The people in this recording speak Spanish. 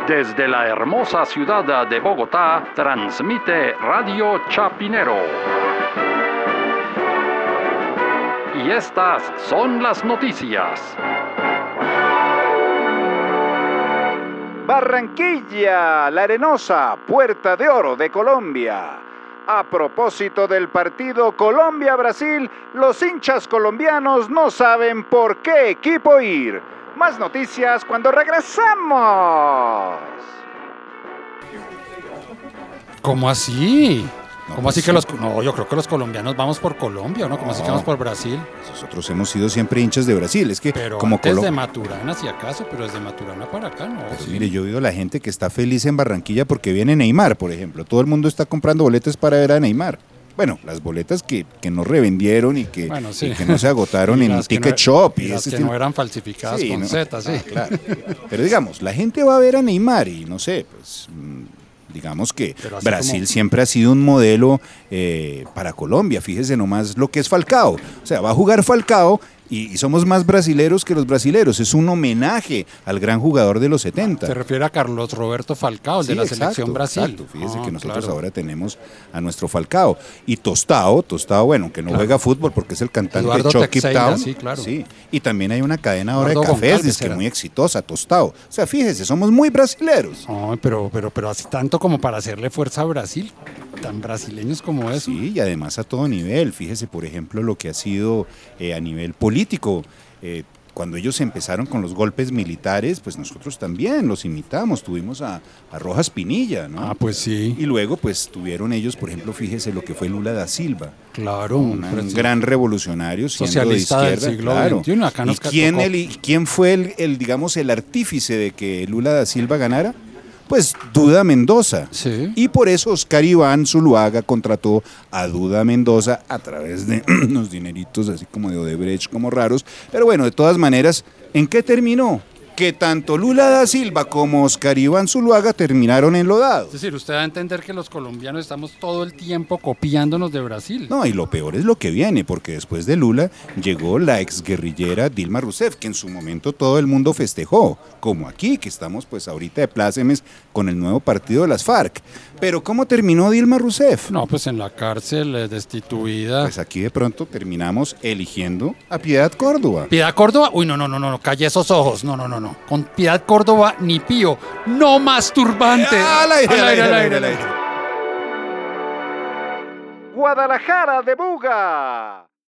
Desde la hermosa ciudad de Bogotá, transmite Radio Chapinero. Y estas son las noticias. Barranquilla, La Arenosa, Puerta de Oro de Colombia. A propósito del partido Colombia-Brasil, los hinchas colombianos no saben por qué equipo ir. Más noticias cuando regresamos. ¿Cómo así? ¿Cómo así que pues, No, yo creo que los colombianos vamos por Colombia, ¿no? ¿Cómo así que vamos por Brasil? Nosotros hemos sido siempre hinchas de Brasil, es que Pero como antes de Maturana, si acaso, pero desde Maturana para acá, ¿no? Pues mire, yo he oído a la gente que está feliz en Barranquilla porque viene Neymar, por ejemplo. Todo el mundo está comprando boletas para ver a Neymar. Bueno, las boletas que no revendieron y que no se agotaron en Ticket Shop. Y las que no eran falsificadas con Z, sí. Claro. Pero digamos, la gente va a ver a Neymar y no sé, pues digamos que Brasil siempre ha sido un modelo para Colombia. Fíjese nomás lo que es Falcao. O sea, va a jugar Falcao y somos más brasileros que los brasileros. Es un homenaje al gran jugador de los 70. Se refiere a Carlos Roberto Falcao, el de la selección Brasil. Exacto. Fíjese que nosotros ahora tenemos a nuestro Falcao. Y Tostao, bueno, que no juega fútbol porque es el cantante Eduardo de Chucky Teixeira, Town. Sí, claro. Sí. Y también hay una cadena ahora Eduardo de cafés, Goncalves, que muy exitosa, Tostao. O sea, fíjese, somos muy brasileros. No, pero así tanto como para hacerle fuerza a Brasil, tan brasileños como eso. Sí, y además a todo nivel. Fíjese, por ejemplo, lo que ha sido a nivel político. Cuando ellos empezaron con los golpes militares, pues nosotros también los imitamos. Tuvimos a Rojas Pinilla, ¿no? Ah, pues sí. Y luego, pues tuvieron ellos, por ejemplo, fíjese lo que fue Lula da Silva. Claro. Un gran revolucionario, socialista de izquierda, del siglo claro. XXI. Acá nos ¿Y quién fue el artífice de que Lula da Silva ganara? Pues Duda Mendoza. Sí. Y por eso Oscar Iván Zuluaga contrató a Duda Mendoza a través de unos dineritos así como de Odebrecht, como raros. Pero bueno, de todas maneras, ¿en qué terminó? Que tanto Lula da Silva como Oscar Iván Zuluaga terminaron enlodados. Es decir, usted va a entender que los colombianos estamos todo el tiempo copiándonos de Brasil. No, y lo peor es lo que viene, porque después de Lula llegó la exguerrillera Dilma Rousseff, que en su momento todo el mundo festejó, como aquí, que estamos pues ahorita de plácemes con el nuevo partido de las FARC. Pero ¿cómo terminó Dilma Rousseff? No, pues en la cárcel, destituida. Pues aquí de pronto terminamos eligiendo a Piedad Córdoba. ¿Piedad Córdoba? Uy, no, calle esos ojos. No. Con Piedad Córdoba ni pío. No masturbante. Al aire. Guadalajara de Buga.